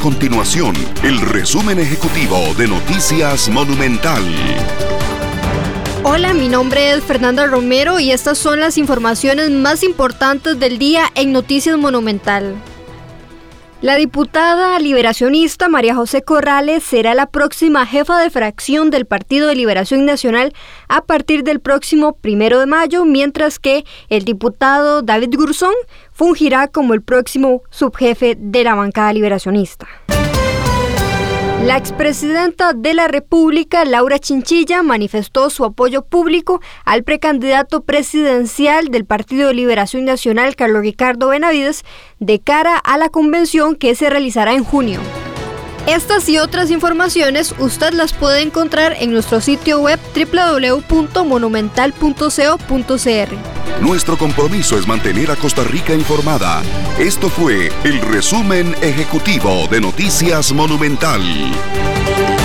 continuación, el resumen ejecutivo de Noticias Monumental. Hola, mi nombre es Fernanda Romero y estas son las informaciones más importantes del día en Noticias Monumental. La diputada liberacionista María José Corrales será la próxima jefa de fracción del Partido de Liberación Nacional a partir del próximo 1 de mayo, mientras que el diputado David Gurzón fungirá como el próximo subjefe de la bancada liberacionista. La expresidenta de la República, Laura Chinchilla, manifestó su apoyo público al precandidato presidencial del Partido de Liberación Nacional, Carlos Ricardo Benavides, de cara a la convención que se realizará en junio. Estas y otras informaciones usted las puede encontrar en nuestro sitio web www.monumental.co.cr. Nuestro compromiso es mantener a Costa Rica informada. Esto fue el resumen ejecutivo de Noticias Monumental.